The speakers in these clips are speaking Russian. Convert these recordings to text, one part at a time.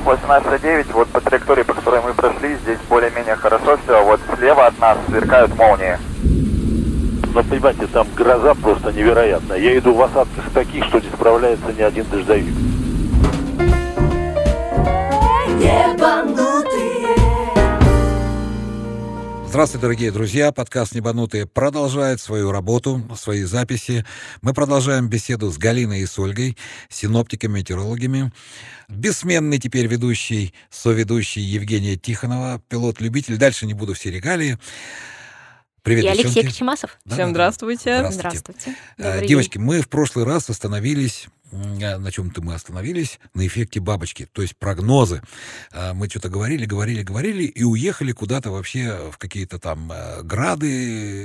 по 17-9, вот по траектории, по которой мы прошли, здесь более-менее хорошо все. Вот слева от нас сверкают молнии. Но, понимаете, там гроза просто невероятная. Я иду в осадках таких, что не справляется ни один дождевик. Здравствуйте, дорогие друзья. Подкаст «Небанутые» продолжает свою работу, свои записи. Мы продолжаем беседу с Галиной и с Ольгой, синоптиками, метеорологами. Бессменный теперь ведущий, соведущий Евгения Тихонова, пилот-любитель. Дальше не буду все регалии. Привет, и девчонки. Алексей Кочемасов. Всем здравствуйте. Здравствуйте. Девочки, мы в прошлый раз остановились... На чем-то мы остановились, на эффекте бабочки, то есть прогнозы. Мы что-то говорили, и уехали куда-то вообще в какие-то там грады,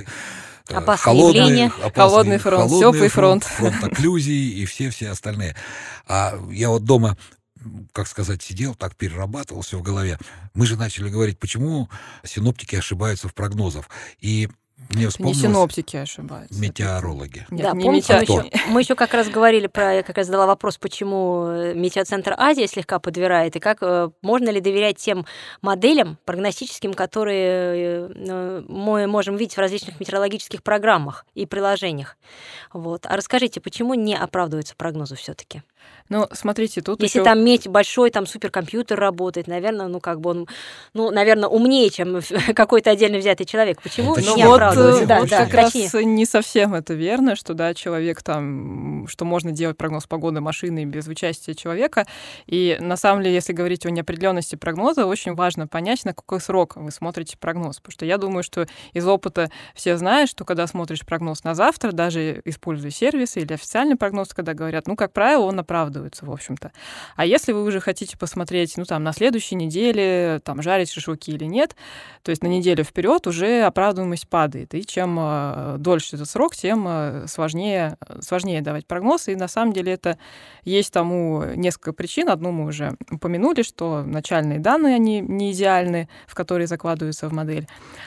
опасные холодный фронт, теплый фронт окклюзии и все остальные. А я вот дома, как сказать, сидел, так перерабатывал все в голове. Мы же начали говорить, почему синоптики ошибаются в прогнозах. И мне вспомнилось... Не синоптики ошибаются. Метеорологи. Нет, да, не помните, мы метеорологи. еще как раз говорили про... Я как раз задала вопрос, почему Метеоцентр Азия слегка подбирает, и как можно ли доверять тем моделям прогностическим, которые мы можем видеть в различных метеорологических программах и приложениях. Вот. А расскажите, почему не оправдываются прогнозы все-таки? Ну, смотрите, тут если еще... там большой там суперкомпьютер работает, наверное, наверное, умнее, чем какой-то отдельно взятый человек. Почему не оправдывается? Как раз не совсем это верно, что человек там, что можно делать прогноз погоды машиной без участия человека. И на самом деле, если говорить о неопределенности прогноза, очень важно понять, на какой срок вы смотрите прогноз. Потому что я думаю, что из опыта все знают, что когда смотришь прогноз на завтра, даже используя сервисы или официальный прогноз, когда говорят, как правило, он оправдывается, в общем-то. А если вы уже хотите посмотреть, на следующей неделе, жарить шашлыки или нет, то есть на неделю вперед уже оправдываемость падает. И чем дольше этот срок, тем сложнее давать прогноз. И на самом деле это есть тому несколько причин. Одну мы уже упомянули, что начальные данные, они не идеальны, в которые закладываются в модель.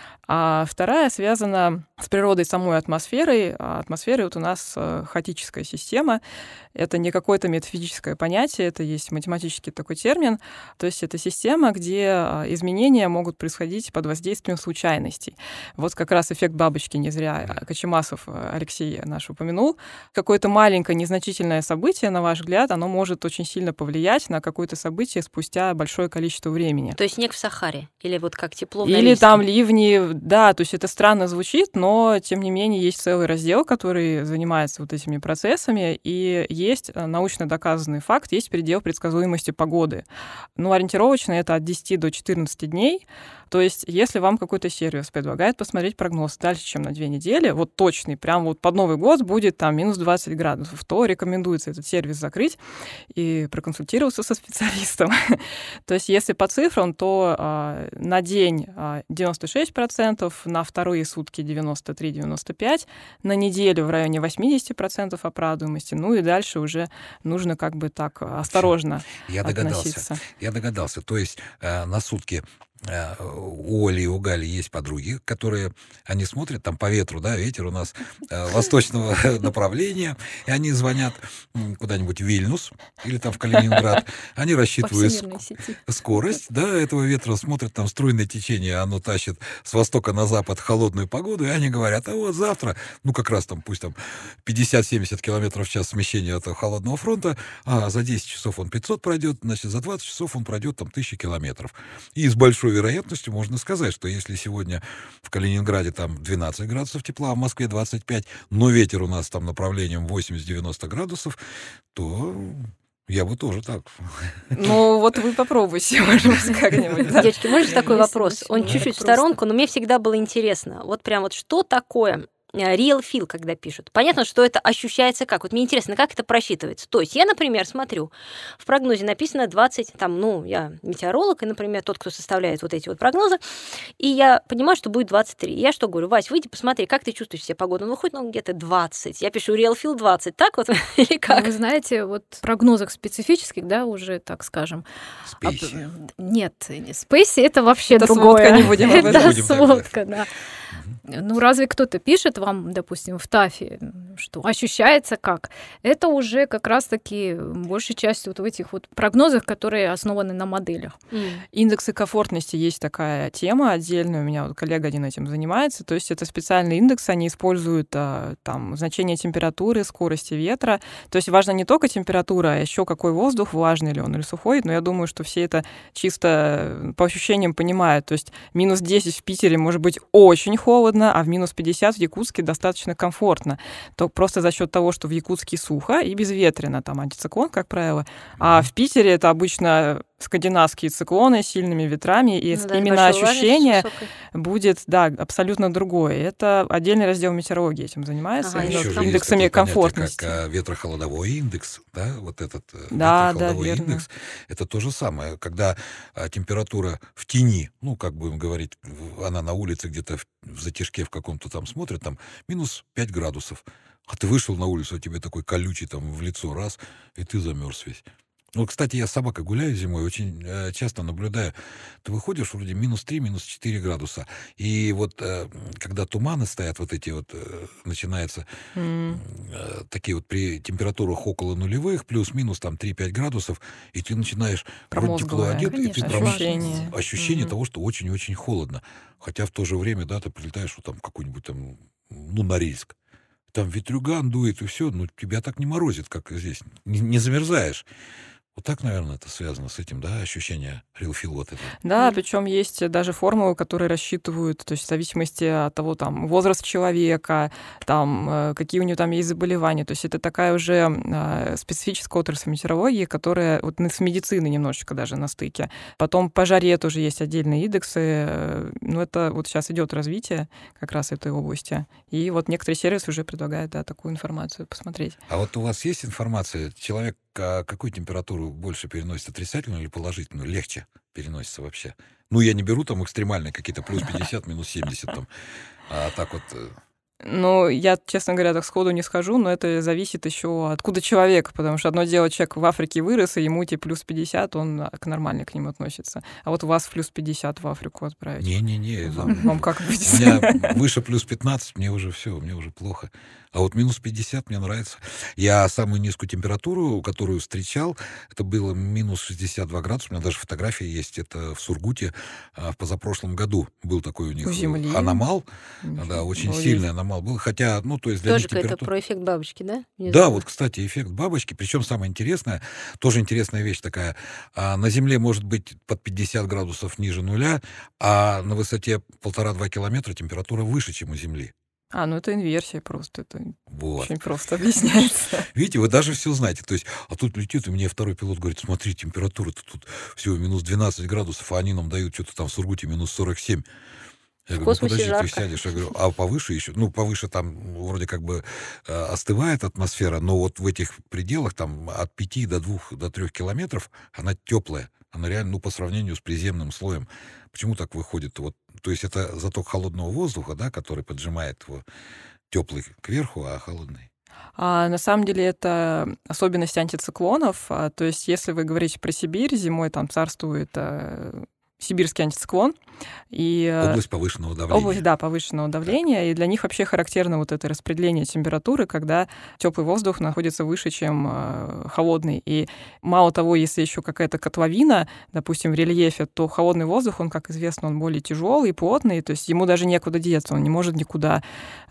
А вторая связана с природой самой атмосферы. А атмосфера у нас хаотическая система. Это не какое-то метафизическое понятие, это есть математический такой термин. То есть это система, где изменения могут происходить под воздействием случайностей. Вот как раз эффект бабочки не зря Кочемасов Алексей наш упомянул. Какое-то маленькое незначительное событие, на ваш взгляд, оно может очень сильно повлиять на какое-то событие спустя большое количество времени. То есть снег в Сахаре? Или вот как тепло в Или Норильске? там ливни, да, то есть это странно звучит, но тем не менее есть целый раздел, который занимается вот этими процессами, и есть научно доказанный факт, есть предел предсказуемости погоды. Ориентировочно это от 10 до 14 дней. То есть если вам какой-то сервис предлагает посмотреть прогноз дальше, чем на 2 недели, вот точный, прям вот под Новый год будет там минус 20 градусов, то рекомендуется этот сервис закрыть и проконсультироваться со специалистом. То есть если по цифрам, то на день 96%, на вторые сутки 93-95%, на неделю в районе 80% оправдываемости, и дальше уже нужно осторожно относиться. Я догадался. То есть на сутки у Оли и у Гали есть подруги, которые, они смотрят там по ветру, да, ветер у нас восточного направления, и они звонят куда-нибудь в Вильнюс или там в Калининград, они рассчитывают скорость, да, этого ветра, смотрят там струйное течение, оно тащит с востока на запад холодную погоду, и они говорят, а вот завтра, как раз там, пусть там 50-70 км в час смещения от холодного фронта, а за 10 часов он 500 пройдет, значит, за 20 часов он пройдет там 1000 километров. И с большой вероятностью можно сказать, что если сегодня в Калининграде там 12 градусов тепла, а в Москве 25, но ветер у нас там направлением 80-90 градусов, то я бы тоже так. Вот вы попробуйте, может быть, как-нибудь. Девочки, можно такой вопрос? Он чуть-чуть в сторонку, но мне всегда было интересно. Вот прям что такое real feel, когда пишут. Понятно, что это ощущается как. Вот мне интересно, как это просчитывается. То есть я, например, смотрю, в прогнозе написано 20, я метеоролог, и, например, тот, кто составляет вот эти вот прогнозы, и я понимаю, что будет 23. Я что говорю, Вась, выйди, посмотри, как ты чувствуешь себя погоду? Выходит, где-то 20. Я пишу real feel 20. Так вот или как? Вы знаете, вот в прогнозах специфических, уже, так скажем... Спейси. Нет, Спейси — это вообще это другое. Сводка, не будем об этом. Это сводка, да. Разве кто-то пишет вам, допустим, в ТАФе что ощущается как? Это уже как раз-таки большей частью вот в этих вот прогнозах, которые основаны на моделях. Индексы комфортности есть такая тема отдельная. У меня вот коллега один этим занимается. То есть это специальный индекс, они используют там значение температуры, скорости ветра. То есть важна не только температура, а еще какой воздух, влажный ли он или сухой. Но я думаю, что все это чисто по ощущениям понимают. То есть минус 10 в Питере может быть очень холодно, а в минус 50 в Якутске достаточно комфортно. То просто за счет того, что в Якутске сухо и безветренно, там антициклон, как правило. А в Питере это обычно скандинавские циклоны с сильными ветрами, и именно ощущение будет, абсолютно другое. Это отдельный раздел метеорологии этим занимается, индексами комфортности. Как ветрохолодовой индекс, да, вот этот ветрохолодовой индекс, это то же самое, когда температура в тени, как будем говорить, она на улице где-то в затяжке в каком-то там смотрит, там минус 5 градусов, а ты вышел на улицу, а тебе такой колючий там в лицо раз, и ты замерз весь. Кстати, я с собакой гуляю зимой, очень часто наблюдаю. Ты выходишь, вроде минус 3, минус 4 градуса. И вот когда туманы стоят, вот эти вот, начинаются такие вот при температурах около нулевых, плюс-минус там 3-5 градусов, и ты начинаешь вроде тепло одет, и ты ощущение того, что очень-очень холодно. Хотя в то же время, да, ты прилетаешь вот там какой-нибудь там, Норильск. Там ветрюган дует, и все, тебя так не морозит, как здесь. Не замерзаешь. Вот так, наверное, это связано с этим, да, ощущение real feel вот это. Да, причем есть даже формулы, которые рассчитывают, то есть в зависимости от того, там, возраст человека, там, какие у него там есть заболевания. То есть это такая уже специфическая отрасль метеорологии, которая вот с медициной немножечко даже на стыке. Потом по жаре тоже есть отдельные индексы. Это вот сейчас идет развитие как раз этой области. И вот некоторые сервисы уже предлагают, такую информацию посмотреть. А вот у вас есть информация, человек какую температуру больше переносит, отрицательную или положительную? Легче переносится вообще? Я не беру там экстремальные какие-то, плюс 50, минус 70 там, а так вот... Я, честно говоря, так сходу не скажу, но это зависит еще откуда человек, потому что одно дело, человек в Африке вырос, и ему плюс 50, он нормально к нему относится. А вот вас плюс 50 в Африку отправить. Не-не-не. Вам как будет? У меня выше плюс 15, мне уже все, мне уже плохо. А вот минус 50 мне нравится. Я самую низкую температуру, которую встречал, это было минус 62 градуса. У меня даже фотография есть. Это в Сургуте в позапрошлом году был такой у них аномал. Да, очень сильный аномал был. Хотя, то есть для тоже них температура... это про эффект бабочки, да? Да, вот, кстати, эффект бабочки. Причем самое интересное, тоже интересная вещь такая. На Земле может быть под 50 градусов ниже нуля, а на высоте 1,5-2 километра температура выше, чем у Земли. Это инверсия просто. Это очень просто объясняется. Видите, вы даже все знаете. То есть, а тут летит, и мне второй пилот говорит, смотри, температура-то тут всего минус 12 градусов, а они нам дают что-то там в Сургуте минус 47. Я говорю, подожди, жарко. Ты сядешь. Я говорю, а повыше еще? Повыше там вроде как бы остывает атмосфера, но вот в этих пределах там от 5 до 2, до 3 километров она теплая. Она реально, по сравнению с приземным слоем. Почему так выходит? То есть это заток холодного воздуха, да, который поджимает его теплый кверху, а холодный. На самом деле это особенность антициклонов. То есть если вы говорите про Сибирь, зимой там царствует сибирский антициклон. Область повышенного давления. Область, повышенного давления. И для них вообще характерно вот это распределение температуры, когда теплый воздух находится выше, чем холодный. И мало того, если еще какая-то котловина, допустим, в рельефе, то холодный воздух, он, как известно, он более тяжелый, плотный, то есть ему даже некуда деться, он не может никуда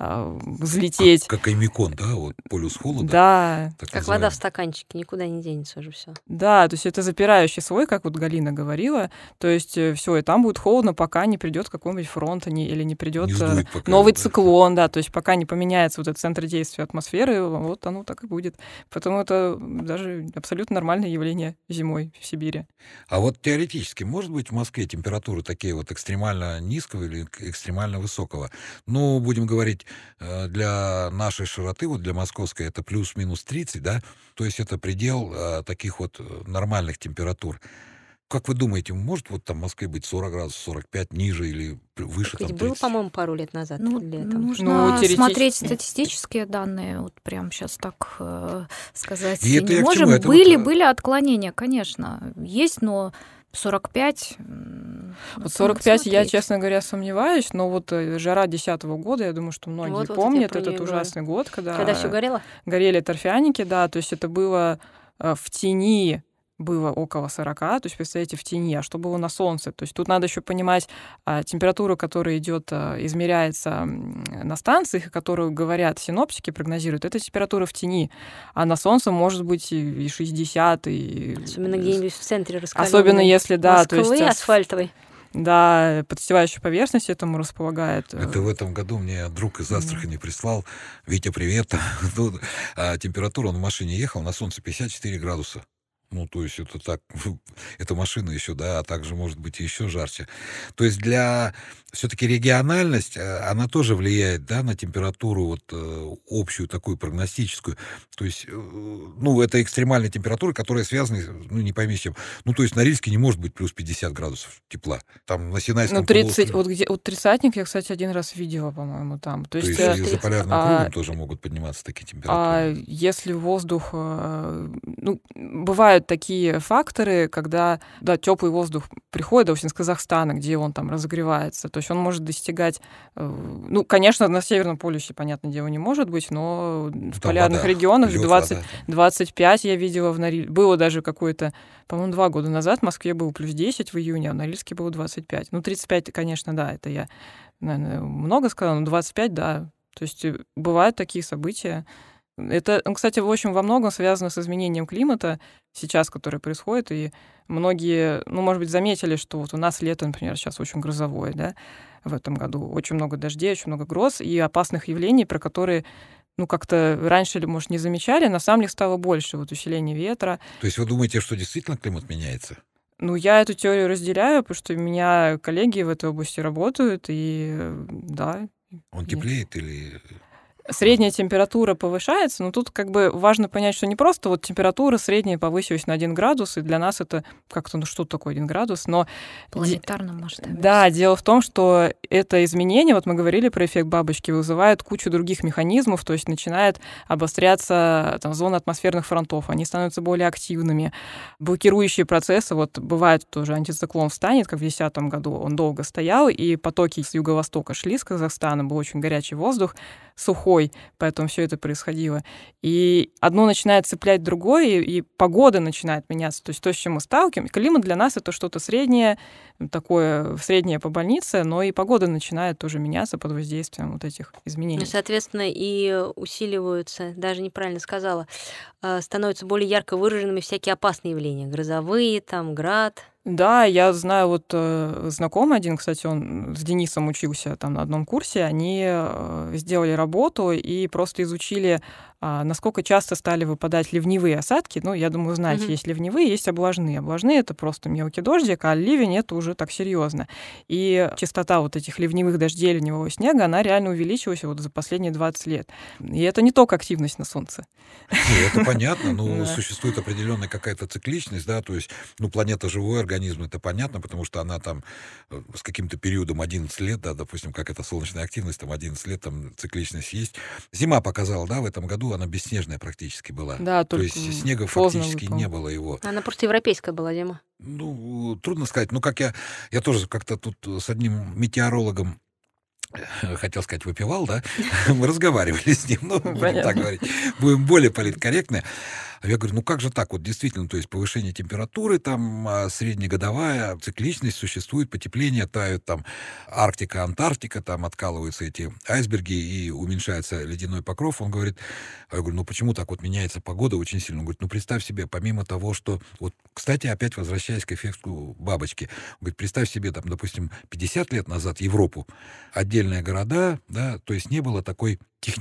взлететь. Как аймикон, да? Вот полюс холода. Да. Как вода в стаканчике, никуда не денется уже все. Да, то есть это запирающий слой, как вот Галина говорила. То есть все, и там будет холодно, пока не придет какой-нибудь фронт или не придет новый циклон, да, то есть пока не поменяется вот этот центр действия атмосферы, вот оно так и будет. Поэтому это даже абсолютно нормальное явление зимой в Сибири. А вот теоретически, может быть в Москве температуры такие вот экстремально низкого или экстремально высокого? Будем говорить, для нашей широты, вот для московской, это плюс-минус 30, да, то есть это предел таких вот нормальных температур. Как вы думаете, может вот там в Москве быть 40 градусов, 45, ниже или выше там 30? Было, по-моему, пару лет назад. Нужно смотреть статистические данные, вот прям сейчас так сказать и не можем. Были отклонения, конечно, есть, но 45 Вот 45 я, честно говоря, сомневаюсь, но вот жара 2010 года, я думаю, что многие помнят этот ужасный год, когда все горело? Горели торфяники, да, то есть это было в тени, было около 40, то есть, представляете, в тени, а что было на солнце? То есть тут надо еще понимать температуру, которая идет, измеряется на станциях, которую говорят синоптики, прогнозируют, это температура в тени, а на солнце может быть и 60, и... Особенно где-нибудь в центре раскаленной Особенно если, да, Москвы, то есть... асфальтовой. Да, подстилающая поверхность этому располагает. Это в этом году мне друг из Астрахани прислал. Витя, привет. Температура, он в машине ехал, на солнце 54 градуса. Ну, то есть это так, это машина еще, да, а также может быть еще жарче. То есть для все-таки региональность, она тоже влияет, да, на температуру вот общую такую прогностическую. То есть, ну, это экстремальная температура, которая связана, ну, не пойми с чем. Ну, то есть на Рильске не может быть плюс 50 градусов тепла. Там на Синайском Ну, 30, вот где, вот тридцатник я, кстати, один раз видела, по-моему, там. То есть за полярным кругом тоже могут подниматься такие температуры. Если воздух, ну, бывают такие факторы, когда, да, теплый воздух приходит, допустим, из Казахстана, где он там разогревается, то есть он может достигать, ну, конечно, на Северном полюсе, понятное дело, не может быть, но в полярных регионах 25 я видела в Норильске. Было даже какое-то, по-моему, 2 года назад в Москве было плюс 10 в июне, а в Норильске было 25. Ну, 35, конечно, да, это я, наверное, много сказала, но 25, да. То есть бывают такие события. Это, кстати, в общем, во многом связано с изменением климата сейчас, которое происходит, и многие, ну, может быть, заметили, что вот у нас лето, например, сейчас очень грозовое, да, в этом году. Очень много дождей, очень много гроз и опасных явлений, про которые, ну, как-то раньше, может, не замечали, на самом деле стало больше, вот усиление ветра. То есть вы думаете, что действительно климат меняется? Ну, я эту теорию разделяю, потому что у меня коллеги в этой области работают, и да. Он теплеет или... Средняя температура повышается, но тут как бы важно понять, что не просто вот температура средняя повысилась на 1 градус, и для нас это как-то, ну что такое 1 градус, но... В планетарном масштабе. Да, дело в том, что это изменение, вот мы говорили про эффект бабочки, вызывает кучу других механизмов, то есть начинает обостряться там, зона атмосферных фронтов, они становятся более активными. Блокирующие процессы, вот бывает тоже антициклон встанет, как в 2010 году, он долго стоял, и потоки с юго-востока шли с Казахстана, был очень горячий воздух, сухой, поэтому все это происходило. И одно начинает цеплять другое, и погода начинает меняться. То есть то, с чем мы сталкиваемся. Климат для нас — это что-то среднее, такое среднее по больнице, но и погода начинает тоже меняться под воздействием вот этих изменений. Ну, соответственно, и усиливаются, даже неправильно сказала, становятся более ярко выраженными всякие опасные явления. Грозовые, там, град. Да, я знаю, вот знакомый один, кстати, он с Денисом учился там на одном курсе, они сделали работу и просто изучили, насколько часто стали выпадать ливневые осадки. Ну, я думаю, знаете, есть ливневые, есть облажные. Облажные — это просто мелкий дождик, а ливень — это уже так серьезно. И частота вот этих ливневых дождей, ливневого снега, она реально увеличилась вот за последние 20 лет. И это не только активность на Солнце. Это понятно, но существует определенная какая-то цикличность, да, то есть, ну, планета живой организм, это понятно, потому что она там с каким-то периодом 11 лет, да, допустим, как это солнечная активность, там 11 лет, там цикличность есть. Зима показала, да, в этом году она бесснежная практически была. Да, то есть снега фактически не было его. Она просто европейская была зима. Ну, трудно сказать. Ну, как я тоже как-то тут с одним метеорологом, хотел сказать, выпивал, да, мы разговаривали с ним, ну, будем так говорить, будем более политкорректны. Я говорю, ну как же так, вот действительно, то есть повышение температуры, там среднегодовая цикличность существует, потепление, тают там Арктика, Антарктика, там откалываются эти айсберги и уменьшается ледяной покров. Он говорит, я говорю, ну почему так вот меняется погода очень сильно? Он говорит, ну представь себе, помимо того, что, вот, кстати, опять возвращаясь к эффекту бабочки, он говорит, представь себе, там, допустим, 50 лет назад Европу, отдельные города, да, то есть не было такой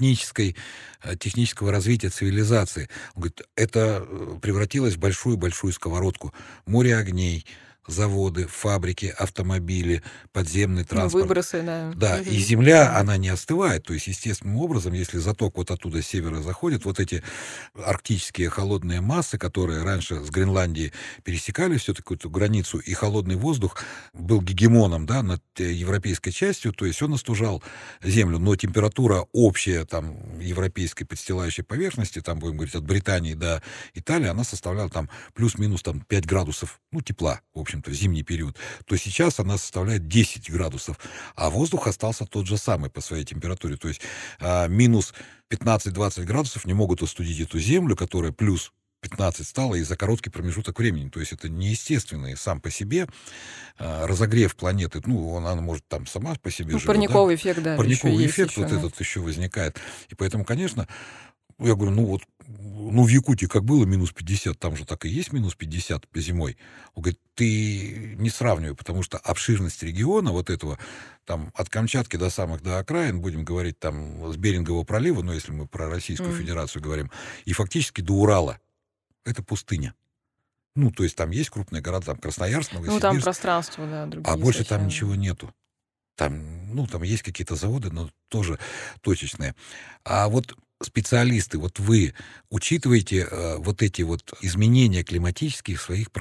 технического развития цивилизации. Он говорит, это превратилось в большую-большую сковородку. Море огней, заводы, фабрики, автомобили, подземный транспорт. Выбросы, да. Да, и земля, она не остывает. То есть, естественным образом, если заток вот оттуда с севера заходит, вот эти арктические холодные массы, которые раньше с Гренландии пересекали все-таки эту границу, и холодный воздух был гегемоном, да, над европейской частью, то есть он остужал землю. Но температура общая там европейской подстилающей поверхности, там, будем говорить, от Британии до Италии, она составляла там плюс-минус там 5 градусов, ну, тепла, в общем. общем-то, в зимний период, то сейчас она составляет 10 градусов, а воздух остался тот же самый по своей температуре. То есть минус 15-20 градусов не могут остудить эту Землю, которая плюс 15 стало и за короткий промежуток времени. То есть это неестественный сам по себе разогрев планеты. Ну, она может там сама по себе живет. Парниковый эффект, да. Парниковый эффект вот этот еще возникает. И поэтому, конечно, я говорю, в Якутии как было минус 50, там же так и есть минус 50 зимой. Он говорит, ты не сравнивай, потому что обширность региона вот этого, там, от Камчатки до окраин, будем говорить, там, с Берингового пролива, ну, если мы про Российскую Федерацию говорим, и фактически до Урала. Это пустыня. Ну, то есть там есть крупные города, там Красноярск, Новосибирск. Ну, там пространство, да, другие. А больше совсем. там ничего нету. Там есть какие-то заводы, но тоже точечные. А вот специалисты, вот вы учитываете вот эти вот изменения климатические в своих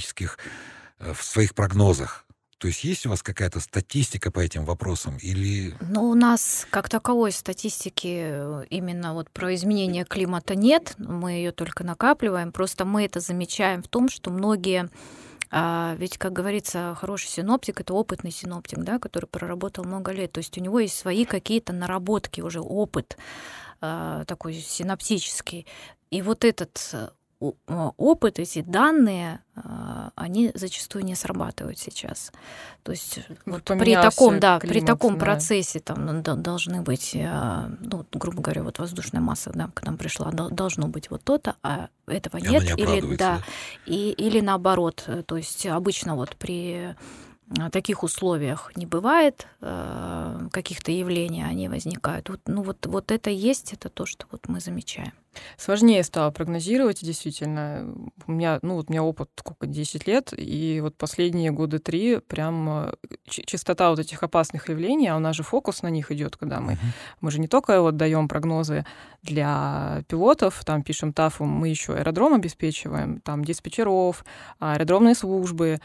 прогнозах? То есть есть у вас какая-то статистика по этим вопросам? Или... Ну, у нас как таковой статистики именно вот про изменение климата нет, мы ее только накапливаем. Просто мы это замечаем в том, что многие, ведь, как говорится, хороший синоптик — это опытный синоптик, да, который проработал много лет. То есть у него есть свои какие-то наработки, уже опыт такой синоптический. И вот этот опыт, эти данные, они зачастую не срабатывают сейчас. То есть вот при таком процессе там должны быть, грубо говоря, вот воздушная масса, да, к нам пришла, должно быть вот то-то, а этого нет. Или наоборот. То есть обычно вот при таких условиях не бывает каких-то явлений, они возникают. Вот это есть, это то, что вот мы замечаем. Сложнее стало прогнозировать, действительно. У меня опыт 10 лет, и вот последние года 3 прям частота вот этих опасных явлений, а у нас же фокус на них идет, когда мы же не только вот даем прогнозы для пилотов, там пишем ТАФу, мы еще аэродром обеспечиваем, там диспетчеров, аэродромные службы,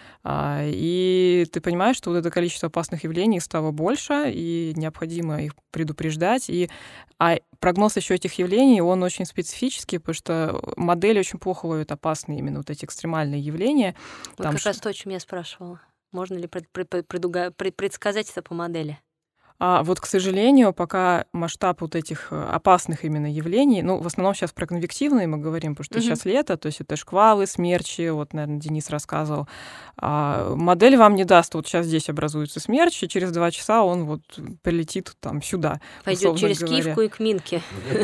и ты понимаешь, что вот это количество опасных явлений стало больше, и необходимо их предупреждать, а прогноз еще этих явлений, он очень специфический, потому что модели очень плохо ловят опасные именно вот эти экстремальные явления. Вот как раз то, о чем я спрашивала. Можно ли предсказать это по модели? А вот, к сожалению, пока масштаб вот этих опасных именно явлений, в основном сейчас про конвективные мы говорим, потому что сейчас лето, то есть это шквалы, смерчи, вот, наверное, Денис рассказывал. Модель вам не даст, вот сейчас здесь образуется смерч, и через 2 часа он вот прилетит там сюда. Пойдет через Киевку и к Минке.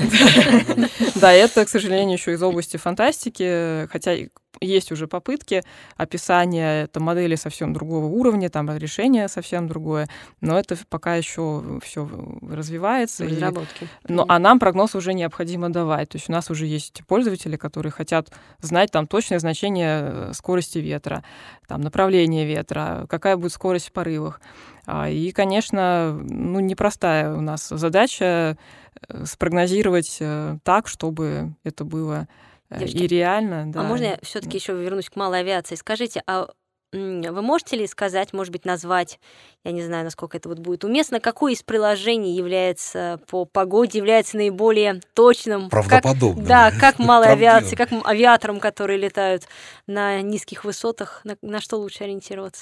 Да, это, к сожалению, еще из области фантастики, хотя есть уже попытки описания, это модели совсем другого уровня, там решение совсем другое, но это пока еще все развивается. Разработки. А нам прогноз уже необходимо давать. То есть у нас уже есть пользователи, которые хотят знать там точное значение скорости ветра, там направление ветра, какая будет скорость в порывах. И, конечно, непростая у нас задача спрогнозировать так, чтобы это было девочки, и реально, да. А можно я все-таки еще вернусь к малой авиации? Скажите, вы можете ли сказать, может быть, назвать, я не знаю, насколько это вот будет уместно, какое из приложений является по погоде, является наиболее точным? Правдоподобным. Как малой авиации, как авиаторам, которые летают на низких высотах, на что лучше ориентироваться?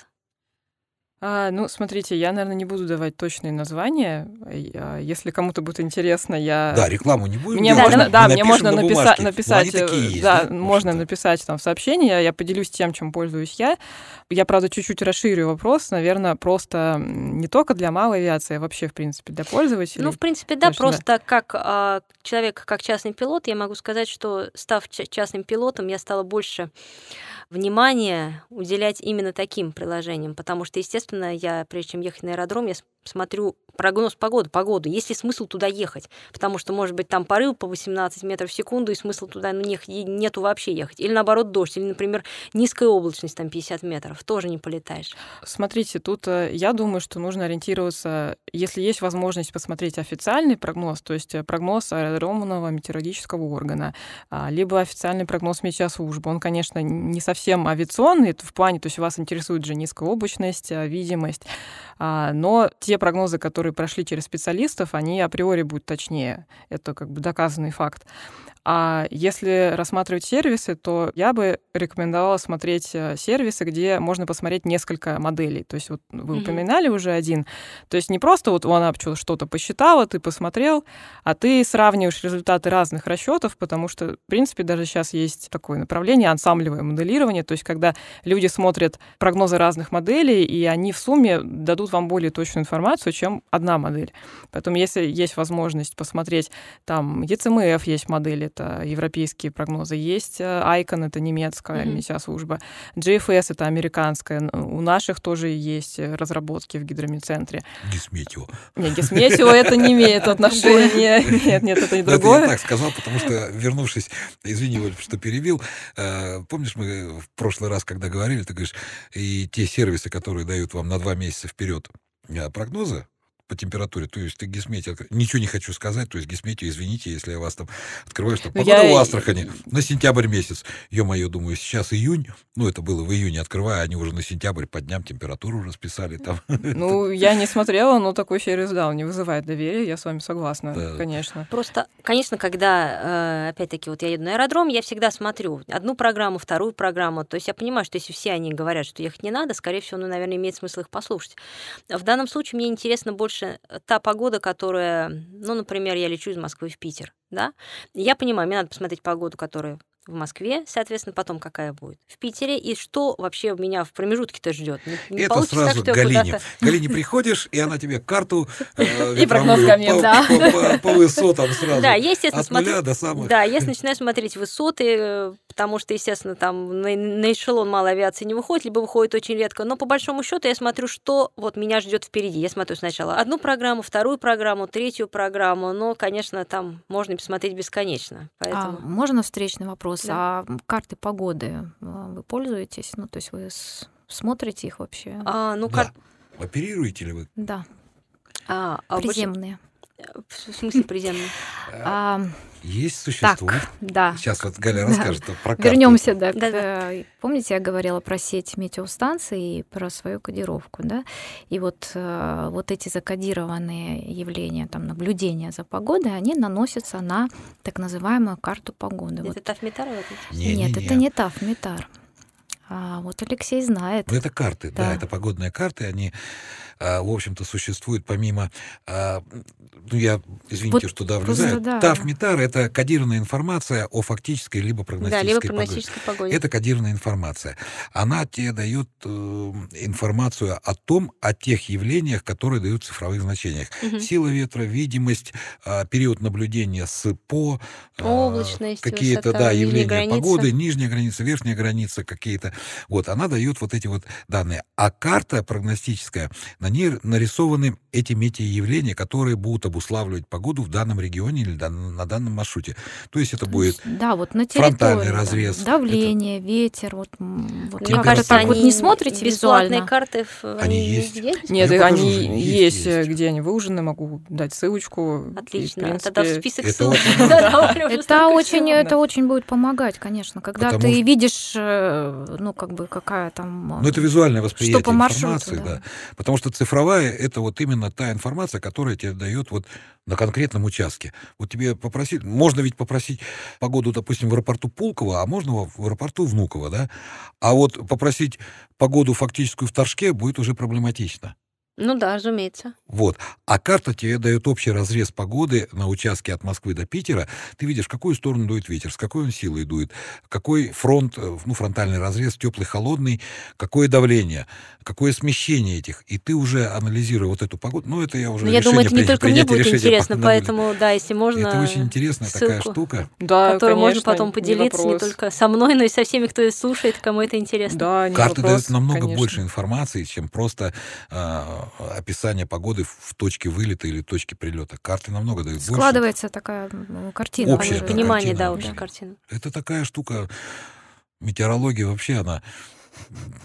Смотрите, я, наверное, не буду давать точные названия. Если кому-то будет интересно, Да, рекламу не будем мне можно написать, можно написать там в сообщении, я поделюсь тем, чем пользуюсь я. Я, правда, чуть-чуть расширю вопрос, наверное, просто не только для малой авиации, а вообще, в принципе, для пользователей. В принципе, да, просто как человек, как частный пилот, я могу сказать, что, став частным пилотом, я стала больше внимания уделять именно таким приложениям, потому что, естественно, я, прежде чем ехать на аэродром, я смотрю прогноз погоды, есть ли смысл туда ехать, потому что, может быть, там порыв по 18 метров в секунду, и смысла туда нету вообще ехать. Или, наоборот, дождь, или, например, низкая облачность, там 50 метров, тоже не полетаешь. Смотрите, тут я думаю, что нужно ориентироваться, если есть возможность посмотреть официальный прогноз, то есть прогноз аэродромного метеорологического органа, либо официальный прогноз метеослужбы. Он, конечно, не совсем авиационный в плане, то есть вас интересует же низкая облачность, видимость, но те прогнозы, которые прошли через специалистов, они априори будут точнее. Это как бы доказанный факт. А если рассматривать сервисы, то я бы рекомендовала смотреть сервисы, где можно посмотреть несколько моделей. То есть вот вы упоминали уже один. То есть не просто вот она что-то посчитала, ты посмотрел, а ты сравниваешь результаты разных расчетов, потому что, в принципе, даже сейчас есть такое направление ансамблевое моделирование, то есть когда люди смотрят прогнозы разных моделей, и они в сумме дадут вам более точную информацию, чем одна модель. Поэтому если есть возможность посмотреть, там ECMF есть модель, это европейские прогнозы, есть ICON, это немецкая метеослужба, GFS, это американская, у наших тоже есть разработки в гидрометцентре. Гисметео. Нет, Гисметео это не имеет отношения. Нет, это не другое. Это я так сказал, потому что, вернувшись, извини, Оль, что перебил, помнишь, мы в прошлый раз, когда говорили, ты говоришь, и те сервисы, которые дают вам на 2 месяца вперед прогнозы по температуре, то есть ты Гисметео, ничего не хочу сказать, то есть Гисметео, извините, если я вас там открываю, что погода у Астрахани на сентябрь месяц. Ё-моё, думаю, сейчас июнь, это было в июне, открываю, они уже на сентябрь по дням температуру расписали там. Я не смотрела, но такой сервис, да, он не вызывает доверия, я с вами согласна, конечно. Просто, конечно, когда, опять-таки, вот я еду на аэродром, я всегда смотрю одну программу, вторую программу, то есть я понимаю, что если все они говорят, что ехать не надо, скорее всего, наверное, имеет смысл их послушать. В данном случае мне интересно больше та погода, которая, например, я лечу из Москвы в Питер, да, я понимаю, мне надо посмотреть погоду, которая в Москве, соответственно, потом какая будет в Питере, и что вообще меня в промежутке-то ждет. Это сразу к Галине. К Галине приходишь, и она тебе карту и прогноз гамет, по высотам сразу. Да, я, естественно, от нуля до самых. Да, я начинаю смотреть высоты, потому что, естественно, там на эшелон мало авиации не выходит, либо выходит очень редко. Но по большому счету я смотрю, что вот меня ждет впереди. Я смотрю сначала одну программу, вторую программу, третью программу, но, конечно, там можно посмотреть бесконечно. Поэтому... Можно встречный вопрос? Да. А карты погоды вы пользуетесь? То есть вы смотрите их вообще? Оперируете ли вы? Да. Приземные. В смысле приземные? Есть, существует. Так, да. Сейчас вот Галя расскажет про карты. Вернемся, помните, я говорила про сеть метеостанций и про свою кодировку, да? И вот эти закодированные явления, там, наблюдения за погодой, они наносятся на так называемую карту погоды. Это Тафметар? Нет, это не Тафметар. Вот Алексей знает. Это карты, да, это погодные карты, они, в общем-то, существуют помимо... извините, что влезаю. Тафметар — это кодированная информация о фактической либо прогностической погоде. Это кодированная информация. Она тебе дает информацию о тех явлениях, которые дают в цифровых значениях. Сила ветра, видимость, период наблюдения с по, облачность, какие-то явления погоды, нижняя граница, верхняя граница какие-то. Вот, она дает вот эти вот данные. А карта прогностическая, на ней нарисованы эти метеоявления, которые будут обуславливать погоду в данном регионе или на данном маршруте. То есть это будет на фронтальный разрез. Давление, ветер. Мне кажется, так не смотрите бесплатные карты? Они есть? Нет, они есть. Где они выложены, могу дать ссылочку. Отлично. Тогда в список ссылок. Это очень будет помогать, конечно. Когда ты видишь, какая там... это визуальное восприятие информации, да. Потому что цифровая — это вот именно та информация, которая тебе дает вот на конкретном участке. Вот тебе попросить... Можно ведь попросить погоду, допустим, в аэропорту Пулково, а можно в аэропорту Внуково, да? А вот попросить погоду фактическую в Торжке будет уже проблематично. Да, разумеется. Вот. А карта тебе дает общий разрез погоды на участке от Москвы до Питера. Ты видишь, в какую сторону дует ветер, с какой он силой дует, какой фронт, фронтальный разрез, теплый, холодный, какое давление, какое смещение этих. И ты уже, анализируя вот эту погоду, это я уже я думаю, это не только мне будет интересно, поэтому, если можно... Это очень интересная такая штука. Да, которую можно потом поделиться не только со мной, но и со всеми, кто слушает, кому это интересно. Да, карты дают намного больше информации, чем просто описание погоды в точке вылета или точке прилета. Карты намного дают больше. Складывается такая картина. Общее понимание, общая картина. Это такая штука. Метеорология вообще, она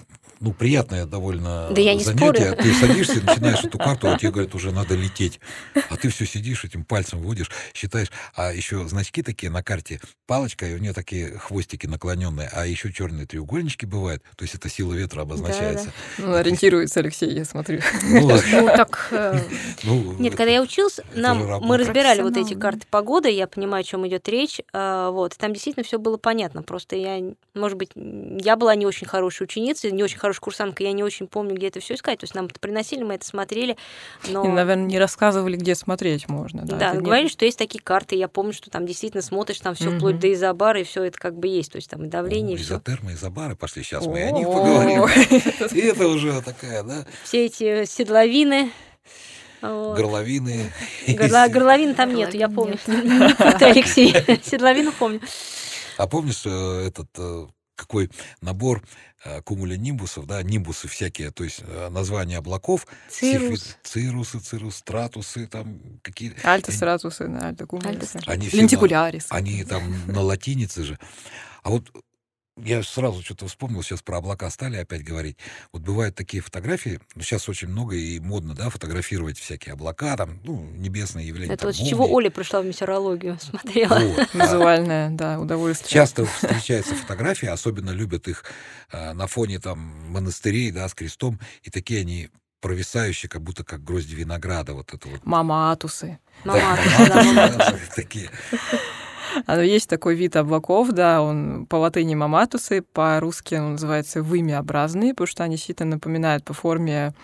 приятное довольно Да я не занятие. спорю. Ты садишься, начинаешь эту карту, а тебе говорят, уже надо лететь. А ты все сидишь, этим пальцем водишь, считаешь. А еще значки такие на карте, палочка, и у нее такие хвостики наклоненные, а еще черные треугольнички бывают. То есть это сила ветра обозначается. Ну, ориентируется Алексей, я смотрю. Ну, Ну, так Нет, когда я училась, же мы работа. разбирали вот эти Профессионал, карты погоды, я понимаю, о чем идет речь. Вот, и там действительно все было понятно. Просто может быть, я была не очень хорошей ученицей, не очень хорошей курсанткой, я не очень помню, где это все искать. То есть нам это приносили, мы это смотрели, но... И, наверное, не рассказывали, где смотреть можно. Да, Это не- говорили, что есть такие карты. Я помню, что там действительно смотришь, там все вплоть до изобара, и все это как бы есть. То есть там и давление, и все. изотермы, изобары пошли. Сейчас мы и о О, них поговорим. И это уже такая, да, Все эти седловины. Вот. горловины. Горловин там нету, я помню. Не путай, Алексей. Седловину помню. А помнишь этот какой набор кумулонимбусов, да, нимбусы всякие, то есть названия облаков, Цирус. цирусы, стратусы, там какие... Альта стратусы, да, альта кумулусы. Альта Они все Лентикулярис. Они там на латинице же. А вот я сразу что-то вспомнил, сейчас про облака стали опять говорить. Вот бывают такие фотографии, сейчас очень много и модно, да, фотографировать всякие облака, там, небесные явления. Это там, вот с чего молнии. Оля пришла в метеорологию, смотрела. Вот. Визуальное, да, удовольствие. Часто встречаются фотографии, особенно любят их на фоне там монастырей, да, с крестом, и такие они провисающие, как будто как грозди винограда, вот это вот. Маматусы. Мама, Да, такие. Есть такой вид облаков, да, он по латыни маматусы, по-русски он называется вымя-образные, потому что они действительно напоминают по форме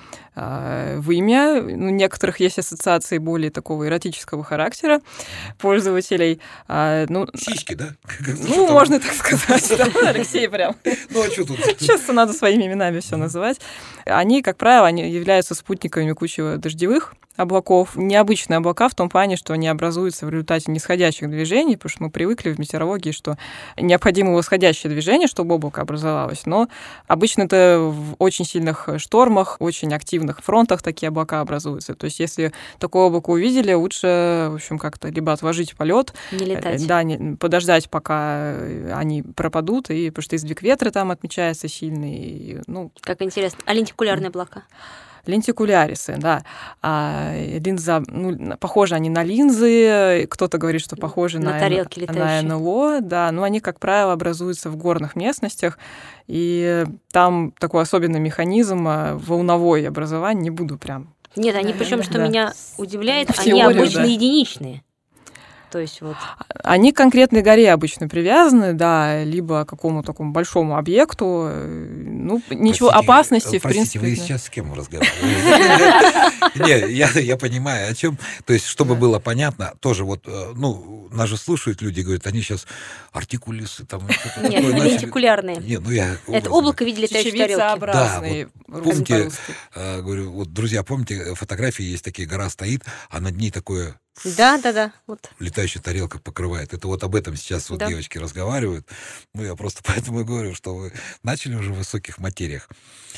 вымя. У некоторых есть ассоциации более такого эротического характера пользователей. Сиськи, да? Ну, можно так сказать, да, Алексей прям. Ну, а что тут? Часто надо своими именами все называть. Они, как правило, они являются спутниками кучи дождевых облаков. Необычные облака в том плане, что они образуются в результате нисходящих движений, потому что мы привыкли в метеорологии, что необходимо восходящее движение, чтобы облако образовалось. Но обычно это в очень сильных штормах, очень активных фронтах такие облака образуются. То есть если такое облако увидели, лучше, в общем, как-то либо отложить полет, не летать. да, подождать, пока они пропадут, и, потому что издвиг ветра там отмечается сильный. И, Как интересно. А лентикулярные облака? Лентикулярисы, да. Линза, похожи они на линзы, кто-то говорит, что похожи На тарелки летающие. на НЛО, да, но они, как правило, образуются в горных местностях, и там такой особенный механизм волновой образования, не буду прям... Нет, они причем, что да. меня удивляет, В они теорию, обычно да. единичные. То есть вот... Они к конкретной горе обычно привязаны, да, либо к какому-то такому большому объекту. Ничего, опасности, в Простите, принципе... вы да. сейчас с кем разговариваете? Не, я понимаю, о чем. То есть, чтобы было понятно, тоже вот, нас же слушают люди, говорят, они сейчас артикулисы, там, что-то Нет, такое начали. лентикулярные. Не, я... Это облако в виде летающей тарелки. Чечевицеобразный, помните, по-русски. говорю, вот, друзья, помните, фотографии есть такие, гора стоит, а над ней такое... Да. Вот. Летающая тарелка покрывает. Это вот об этом сейчас вот Да. девочки разговаривают. Я просто поэтому и говорю, что вы начали уже в высоких материях.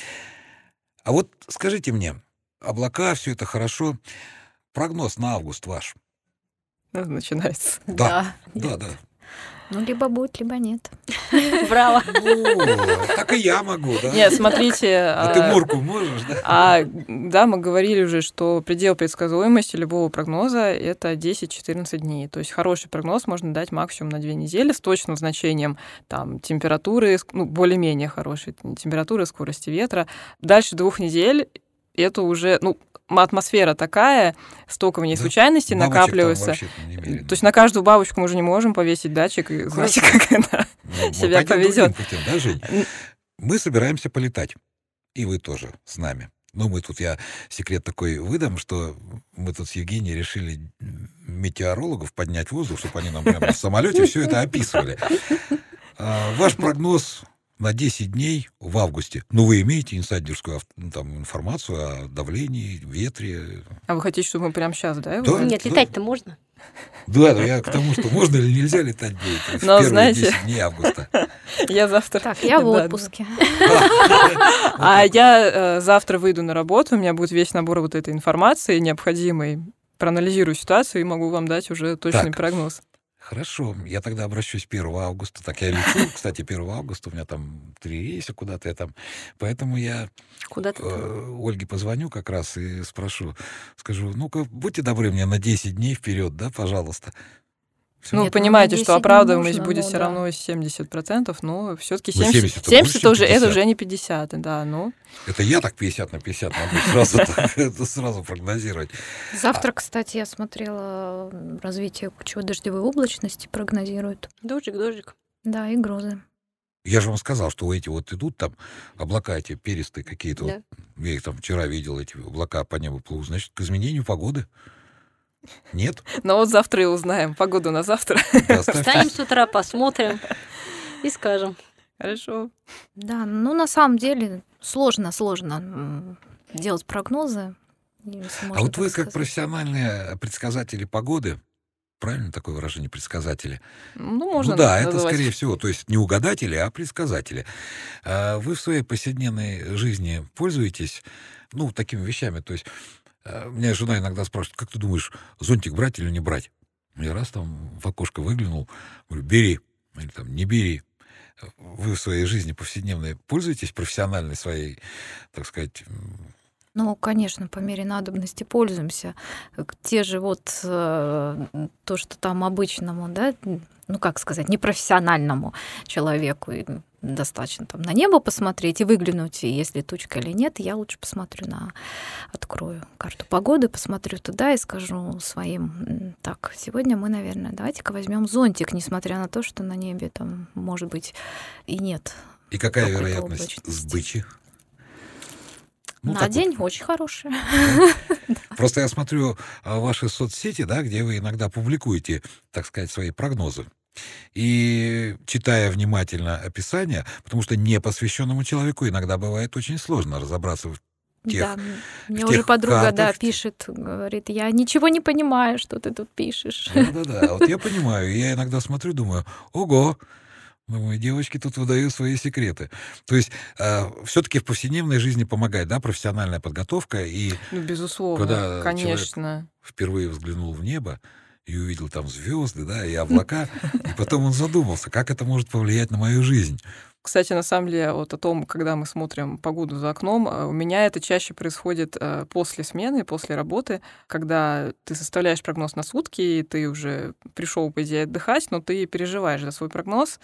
А вот скажите мне, облака, все это хорошо. Прогноз на август ваш? Начинается. Да. ну, либо будет, либо нет. Браво. Так и я могу, да? Нет, смотрите... А ты Мурку можешь, да? Да, мы говорили уже, что предел предсказуемости любого прогноза — это 10-14 дней. То есть хороший прогноз можно дать максимум на 2 недели с точным значением там, температуры, более-менее хорошей температуры, скорости ветра. Дальше 2 недель это уже... атмосфера такая, столько в ней случайностей Бабочек накапливается. там вообще немерено. То есть на каждую бабочку мы же не можем повесить датчик и знать, как она себя Мы пойдем повезет. другим путем, да, Жень? Мы собираемся полетать. И вы тоже с нами. Я секрет такой выдам, что мы тут с Евгенией решили метеорологов поднять в воздух, чтобы они нам прямо в самолете все это описывали. Ваш прогноз на 10 дней в августе. Вы имеете инсайдерскую информацию о давлении, ветре? А вы хотите, чтобы мы прямо сейчас, да? Да. Нет, летать-то можно. Да, я к тому, что можно или нельзя летать будет в Но, первые знаете, 10 дней августа. Я завтра... Так, я в Да. отпуске. А я завтра выйду на работу, у меня будет весь набор вот этой информации необходимой. Проанализирую ситуацию и могу вам дать уже точный Так. прогноз. Хорошо, я тогда обращусь 1 августа. Так, я лечу, кстати, 1 августа, у меня там 3 рейса куда-то я там. Поэтому я Куда ты там? Ольге позвоню как раз и спрошу, скажу, ну-ка, будьте добры мне на 10 дней вперед, да, пожалуйста. Всё. Ну, Нет, понимаете, на что 10 не оправдываемость нужно, будет ну все да. равно 70%, но все-таки Ну, 70, 70 это больше, 70 чем это 50. уже не 50, да, ну. Это я так 50 на 50 могу сразу, это сразу прогнозировать. Завтра, кстати, я смотрела развитие дождевой облачности, прогнозируют. Дождик. Да, и грозы. Я же вам сказал, что эти вот идут там облака эти перистые какие-то. Да. Вот, я их там вчера видел, эти облака по небу плывут. Значит, к изменению погоды. Нет? Но вот завтра и узнаем погоду на завтра. Да, ставьте- Встанем с утра, посмотрим и скажем. Хорошо. Да, ну на самом деле сложно делать прогнозы. если А можно вот так вы как сказать. профессиональные предсказатели погоды, правильно такое выражение, предсказатели? Ну, можно Ну да, это называть. скорее всего, то есть не угадатели, а предсказатели. А вы в своей повседневной жизни пользуетесь, ну, такими вещами? То есть меня жена иногда спрашивает, как ты думаешь, зонтик брать или не брать? Я раз там в окошко выглянул, говорю, бери, или там не бери. Вы в своей жизни повседневной пользуетесь профессиональной своей, так сказать, Ну, конечно, по мере надобности пользуемся. Те же то, что там обычному, да, ну, как сказать, непрофессиональному человеку достаточно там на небо посмотреть и выглянуть, и если тучка или нет, я лучше посмотрю открою карту погоды, посмотрю туда и скажу своим, так, сегодня мы, наверное, давайте-ка возьмем зонтик, несмотря на то, что на небе там, может быть, и нет. и какая Какой-то вероятность облачности. сбычи? Ну, На так вот. день очень хорошая. Просто я смотрю ваши соцсети, да, где вы иногда публикуете, так сказать, свои прогнозы. И читая внимательно описание, потому что непосвященному человеку иногда бывает очень сложно разобраться в тех... Да, мне в уже тех подруга, картах, да, в те- пишет, говорит, я ничего не понимаю, что ты тут пишешь. Да-да-да, вот я понимаю, я иногда смотрю, думаю, ого, думаю, девочки тут выдают свои секреты. То есть все-таки в повседневной жизни помогает, да, профессиональная подготовка, и Ну, безусловно, Когда конечно. впервые взглянул в небо и увидел там звезды, да, и облака, и потом он задумался, как это может повлиять на мою жизнь. Кстати, на самом деле, вот о том, когда мы смотрим погоду за окном, у меня это чаще происходит после смены, после работы, когда ты составляешь прогноз на сутки, и ты уже пришел, по идее, отдыхать, но ты переживаешь за свой прогноз,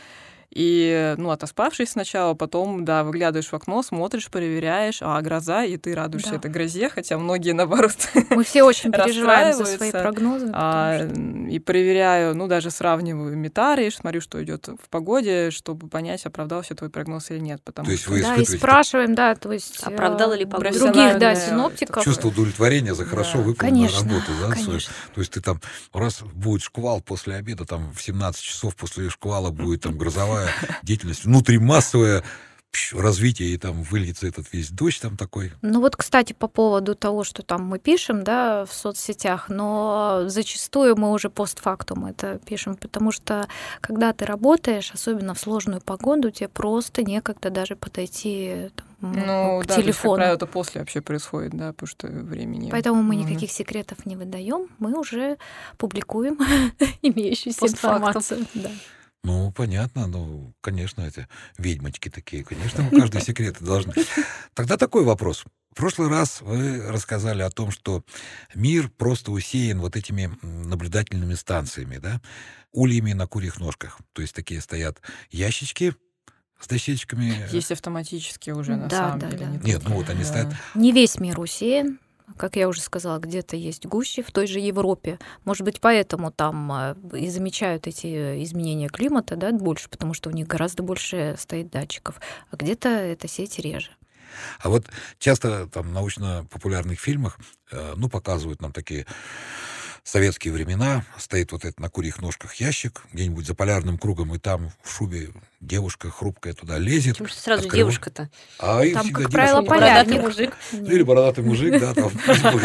и, ну, отоспавшись сначала, потом, да, выглядываешь в окно, смотришь, проверяешь, гроза, и ты радуешься Да. этой грозе, хотя многие, наоборот, Мы все очень переживаем за свои расстраиваются, прогнозы. потому что- и проверяю, ну, даже сравниваю метары, смотрю, что идет в погоде, чтобы понять, оправдался твой прогноз или нет. Потому То есть что вы Да, и испытываете спрашиваем, да, то есть Оправдала ли погода? других, да, Профессиональное синоптиков. чувство удовлетворения за хорошо Да, выполненную Конечно, работу, да, свою. конечно. То есть ты там, раз будет шквал после обеда, там в 17 часов после шквала будет там грозовая деятельность, внутримассовое развитие, и там выльется этот весь дождь там такой. Ну вот, кстати, по поводу того, что там мы пишем, да, в соцсетях, но зачастую мы уже постфактум это пишем, потому что когда ты работаешь, особенно в сложную погоду, тебе просто некогда даже подойти там, Ну, к да, то есть, как телефону. правило, это после вообще происходит, да, потому что времени... Поэтому мы Мгм. никаких секретов не выдаем, мы уже публикуем имеющуюся Постфактум. информацию. Да. Ну, понятно, ну, конечно, это ведьмочки такие, конечно, у каждой секреты должны. Тогда такой вопрос. В прошлый раз вы рассказали о том, что мир просто усеян вот этими наблюдательными станциями, да, ульями на курьих ножках. То есть такие стоят ящички с дощечками. Есть автоматически уже, на Да, самом да, деле. да. не Нет, только, ну вот они да. стоят. Не весь мир усеян. Как я уже сказала, где-то есть гуще в той же Европе. Может быть, поэтому там и замечают эти изменения климата, да, больше, потому что у них гораздо больше стоит датчиков. А где-то эта сеть реже. А вот часто там в научно-популярных фильмах, ну, показывают нам такие советские времена, стоит вот этот на курьих ножках ящик где-нибудь за полярным кругом, и там в шубе девушка хрупкая туда лезет. Почему же сразу открывает. девушка-то? А их Там, всегда как девушка. правило, Бородатый полярник. мужик. Ну, или бородатый мужик, да, там.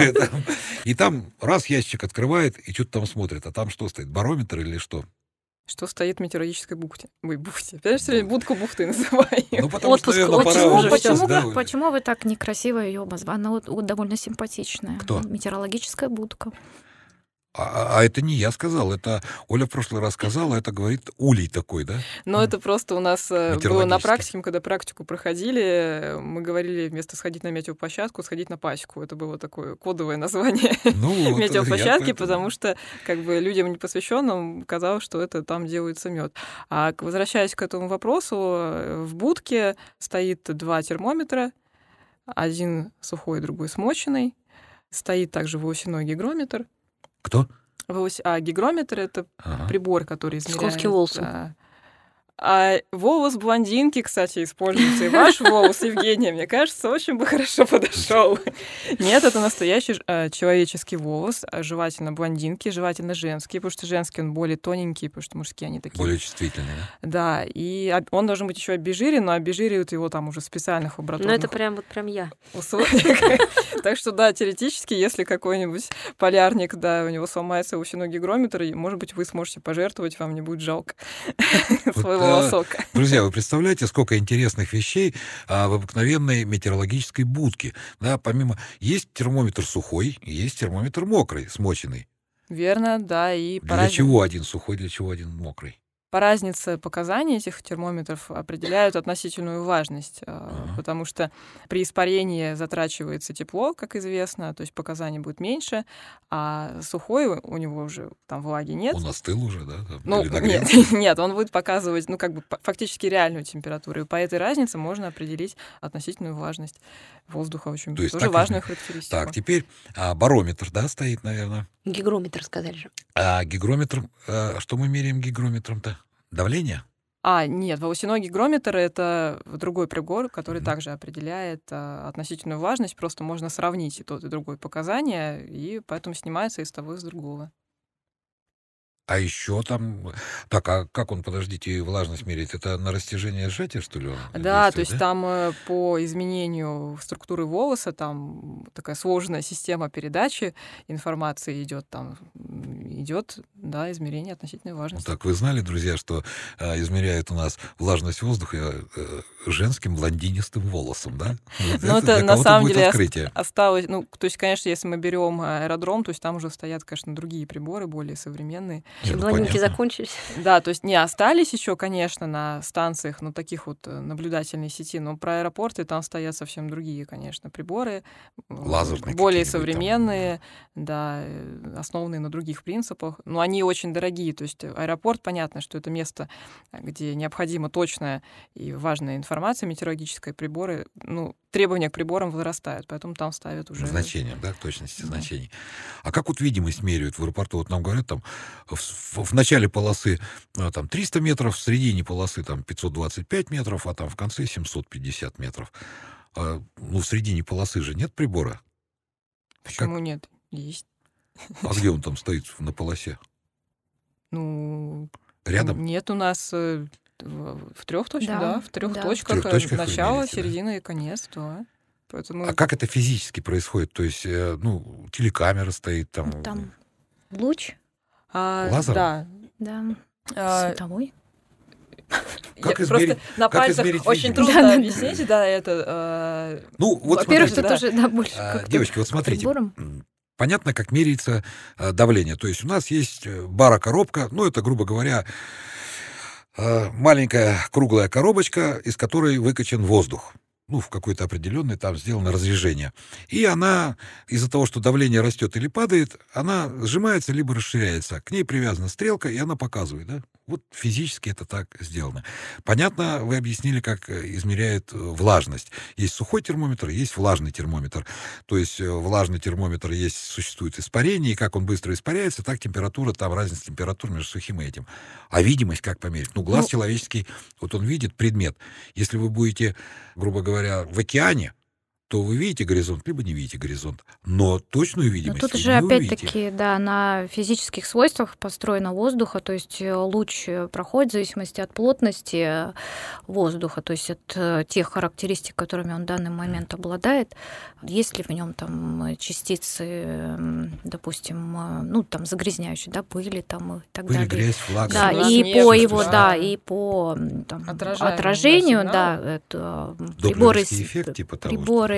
И там раз ящик открывает, и что-то там смотрит. А там что стоит, барометр или что? Что стоит в метеорологической бухте? Ой, бухте. Понимаешь, что я будку бухты называю? Ну, потому что, Отпуск, наверное, отпуск пора уже уже всё. сейчас, да, Почему вы так некрасиво ее обозвали? Она вот довольно симпатичная. Кто? Метеорологическая будка. А это не я сказал, это Оля в прошлый раз сказала, это говорит улей такой, да? Но это просто у нас было на Метеорологический. практике, мы когда практику проходили, мы говорили вместо сходить на метеоплощадку, сходить на пасеку. Это было такое кодовое название Ну, вот, метеоплощадки, я потому что как бы людям непосвященным казалось, что это там делается мед. А возвращаясь к этому вопросу, в будке стоит 2 термометра, один сухой, другой смоченный. Стоит также волосяной гигрометр. Кто? Гигрометр — это Ага. прибор, который измеряет... Скользкий волос. А волос блондинки, кстати, используется. И ваш волос, Евгения, мне кажется, очень бы хорошо подошел. Нет, это настоящий человеческий волос, желательно блондинки, желательно женский, потому что женский он более тоненький, потому что мужские они такие. Более чувствительный, да? Да, и он должен быть еще обезжирен, но обезжиривают его там уже в специальных Ну, лабораторных это прям я. условиях. Так что, да, теоретически, если какой-нибудь полярник, да, у него сломается волосяной гигрометр, может быть, вы сможете пожертвовать, вам не будет жалко своего волосока. Друзья, вы представляете, сколько интересных вещей в обыкновенной метеорологической будке. Да, помимо... Есть термометр сухой, есть термометр мокрый, смоченный. Верно, да, и Для чего один сухой, для чего один мокрый? по разнице показаний этих термометров определяют относительную влажность, потому что при испарении затрачивается тепло, как известно, то есть показаний будет меньше, а сухой у него уже там влаги нет. Он остыл уже, да? Там, Ну, или нагрелся? нет, он будет показывать, ну, как бы фактически реальную температуру. И по этой разнице можно определить относительную влажность воздуха. Очень То есть тоже так важную характеристику. Так, теперь барометр, да, стоит, наверное. Гигрометр, сказали же. А гигрометр, что мы меряем гигрометром-то? Давление? Нет, волосяной гигрометр — это другой прибор, который также определяет относительную влажность. Просто можно сравнить и тот, и другой показания, и поэтому снимается из того, и из другого. А еще там... Так, а как он, подождите, влажность меряет? Это на растяжение сжатия, что ли, он Да, действует, то есть да? там по изменению структуры волоса там такая сложная система передачи информации идет, да, измерение относительной Ну, влажности. так, вы знали, друзья, что измеряют у нас влажность воздуха женским блондинистым волосом, да? Вот Ну, это для на кого-то самом будет деле открытие. осталось, ну, то есть, конечно, если мы берем аэродром, то есть там уже стоят, конечно, другие приборы, более современные. Не, ну, Блондинки понятно. закончились. Да, то есть не остались еще, конечно, на станциях, ну, таких вот наблюдательной сети, но про аэропорты там стоят совсем другие, конечно, приборы. Лазерные более какие-нибудь там. современные, да, основанные на других принципах. Но они очень дорогие. То есть аэропорт, понятно, что это место, где необходима точная и важная информация метеорологическая, приборы, ну, требования к приборам возрастают, поэтому там ставят уже... Значением, да, точности Да. значений. А как вот видимость меряют в аэропорту? Вот нам говорят, там в начале полосы там 300 метров, в середине полосы там 525 метров, а там в конце 750 метров. Ну, в середине полосы же нет прибора. Почему нет? Есть. А где он там стоит на полосе? Ну, Рядом? нет у нас в 3 точках, Да, да, в 3 да. точках, В 3 точках вы начало, меряете, да? середина и конец, да. Поэтому А как это физически происходит? То есть, ну, телекамера стоит там. Там луч, Лазером? Да. да, А, световой. Как я измерить- просто на как пальцах измерить очень видимость? трудно Да-да-да. объяснить, да, это. Ну, вот Во-первых, смотрите, это да. уже, да, больше как-то девочки, вот смотрите. прибором. Понятно, как меряется давление. То есть у нас есть барокоробка, ну, это, грубо говоря, маленькая круглая коробочка, из которой выкачан воздух. Ну, в какой-то определенный там сделано разрежение. И она, из-за того, что давление растет или падает, она сжимается либо расширяется. К ней привязана стрелка, и она показывает, да? Вот физически это так сделано. Понятно, вы объяснили, как измеряют влажность. Есть сухой термометр, есть влажный термометр. То есть влажный термометр существует испарение, и как он быстро испаряется, так температура, там разница температур между сухим и этим. А видимость как померить? Ну, глаз человеческий, вот он видит предмет. Если вы будете, грубо говоря, в океане, то вы видите горизонт, либо не видите горизонт. Но точную Но видимость тут вы же не увидите. опять-таки, да, на физических свойствах построено воздуха, то есть луч проходит в зависимости от плотности воздуха, то есть от тех характеристик, которыми он в данный момент обладает. Есть ли в нем там частицы, допустим, ну там загрязняющие, да, пыли там и так Пыль, далее. грязь, влага. Да, Влага, и снег, по да. его, да, и по там, Отражаемому, отражению, да, да, сигналу. это Доплеровский эффект, типа того, приборы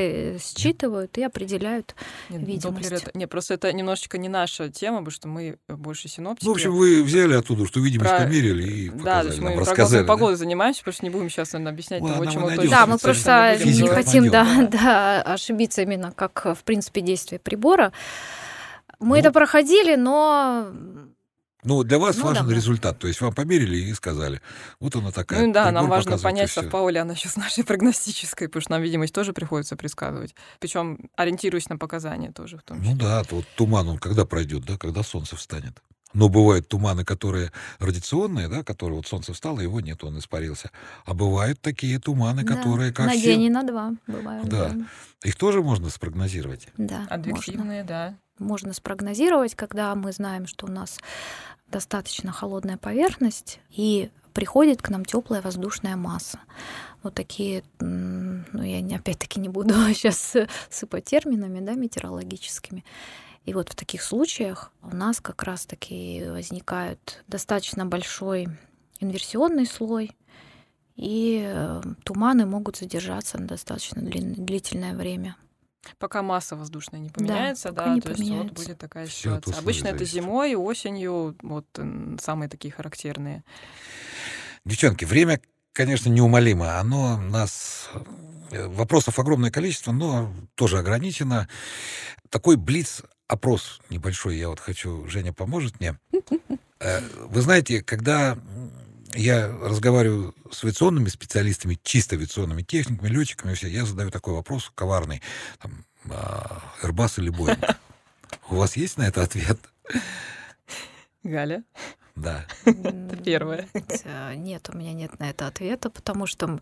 Доплеры считывают и определяют видимость. Просто это немножечко не наша тема, потому что мы больше синоптики. Ну, в общем, вы взяли оттуда, что видимость померили и Да, показали, то есть нам мы рассказали. прогнозом погоды занимаемся, потому что не будем сейчас, наверное, объяснять Ладно, того, мы чему найдем. Да, мы просто Физика не хотим найдём. ошибиться именно как, в принципе, действие прибора. Мы это проходили, но... Ну, для вас важен давно. результат. То есть вам померили и сказали, вот она такая. Ну да, нам прибор важно показывает, понять, и всё. совпала ли она еще с нашей прогностической, потому что нам видимость тоже приходится предсказывать. Причем ориентируясь на показания тоже в том числе. Ну да, вот туман, он когда пройдет, да, когда солнце встанет. Но бывают туманы, которые радиационные, да, которые вот солнце встало, его нет, он испарился. А бывают такие туманы, Да, которые как на все. день и на два бывают. Да. Их тоже можно спрогнозировать. Да, можно. Адвективные, да. Можно спрогнозировать, когда мы знаем, что у нас достаточно холодная поверхность и приходит к нам теплая воздушная масса. Вот такие, ну я опять-таки не буду сейчас сыпать терминами, да, метеорологическими. И вот в таких случаях у нас как раз-таки возникает достаточно большой инверсионный слой, и туманы могут задержаться на достаточно длительное время. Пока масса воздушная не поменяется, пока не то есть вот поменяется. будет такая Всё от ситуация. условий Обычно это зависит. зимой, осенью, вот самые такие характерные. Девчонки, время, конечно, неумолимо. Оно нас... Вопросов огромное количество, но тоже ограничено. Такой блиц-опрос небольшой я вот хочу... Женя поможет мне. Вы знаете, когда я разговариваю с авиационными специалистами, чисто авиационными техниками, летчиками, я задаю такой вопрос коварный. Там, Airbus или Boeing? У вас есть на это ответ? Галя, Да. это первое. Нет, у меня нет на это ответа, потому что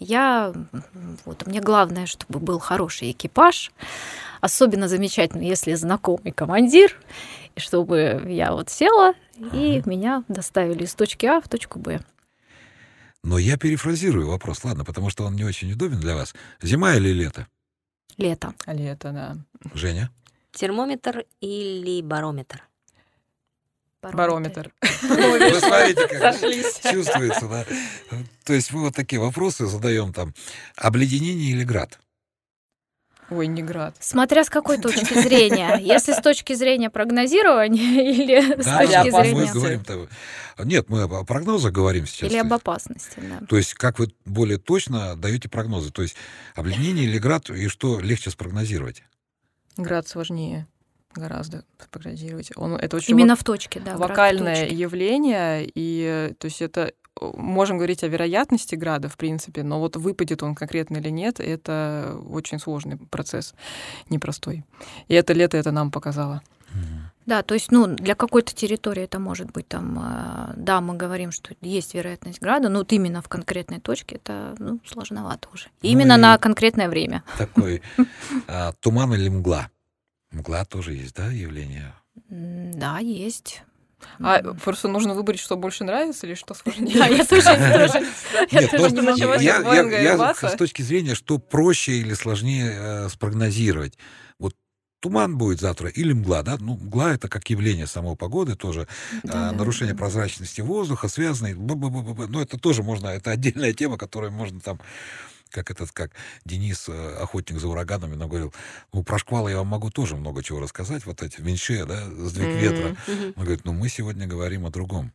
мне главное, чтобы был хороший экипаж, особенно замечательно, если знакомый командир, и чтобы я вот села, и меня доставили из точки А в точку Б. Но я перефразирую вопрос, ладно, потому что он не очень удобен для вас. Зима или лето? Лето. Лето, да. Женя? Термометр или барометр? Барометр. Вы смотрите, как Сошлись. чувствуется, да? То есть мы вот такие вопросы задаем там. Обледенение или град? Ой, не град. Смотря с какой точки зрения. Если с точки зрения прогнозирования или с Да, точки да, мы зрения... говорим-то... Нет, мы о прогнозах говорим сейчас. Или об опасности, да. То есть как вы более точно даете прогнозы? То есть обледенение или град, и что легче спрогнозировать? Град сложнее гораздо прогнозировать. Это очень Именно в точке, да. град в локальное точке. явление, и то есть это можем говорить о вероятности града, в принципе, но вот выпадет он конкретно или нет, это очень сложный процесс, непростой. И это лето это нам показало. Да, то есть, для какой-то территории это может быть там, да, мы говорим, что есть вероятность града, но вот именно в конкретной точке это, сложновато уже. Именно и на конкретное время. Такой туман или мгла? Мгла тоже есть, да, явление? Да, есть. Просто нужно выбрать, что больше нравится или что сложнее. Да, я тоже Нет, не могу. я с точки зрения, что проще или сложнее спрогнозировать. Вот туман будет завтра или мгла, да? Ну, мгла — это как явление самой погоды, тоже нарушение прозрачности воздуха, связанное... Но это тоже можно, это отдельная тема, которую можно там... Как Денис, охотник за ураганами, нам говорил, про шквалы я вам могу тоже много чего рассказать, вот эти виньше, да, сдвиг ветра. Он говорит, мы сегодня говорим о другом.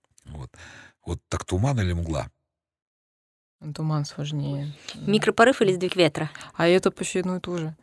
Вот так туман или мгла? Туман сложнее. Микропорыв или сдвиг ветра? А это почти одно и то же.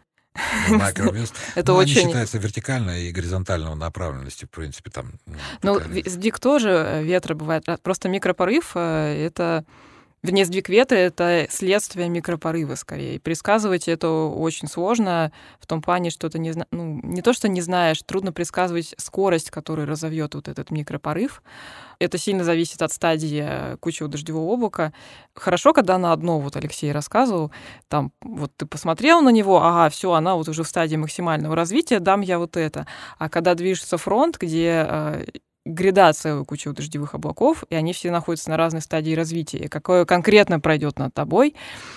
Это очень... Они считаются вертикальной и горизонтальной направленности, в принципе, там... Сдвиг тоже ветра бывает. Просто микропорыв — это... Вернее, сдвиг ветра — это следствие микропорыва, скорее. И предсказывать это очень сложно в том плане, что ты не то, что не знаешь, трудно предсказывать скорость, которую разовьет вот этот микропорыв. Это сильно зависит от стадии кучевого дождевого облака. Хорошо, когда на одно, вот Алексей рассказывал, там вот ты посмотрел на него, ага, все, она вот уже в стадии максимального развития, дам я вот это. А когда движется фронт, где... грядация куча дождевых облаков, и они все находятся на разной стадии развития. И какое конкретно пройдет над тобой,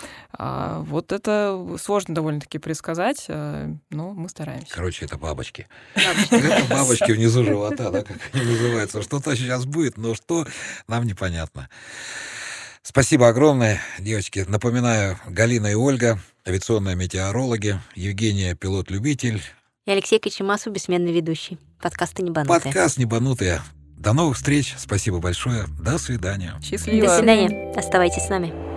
вот это сложно довольно-таки предсказать, но мы стараемся. Короче, это бабочки. Это бабочки внизу живота, да, как они называются. Что-то сейчас будет, но что, нам непонятно. Спасибо огромное, девочки. Напоминаю, Галина и Ольга, авиационные метеорологи, Евгения, пилот-любитель. И Алексей Кочемасов, бессменный ведущий. Подкасты «Небанутые». Подкаст «Небанутые». До новых встреч. Спасибо большое. До свидания. Счастливо. До свидания. Оставайтесь с нами.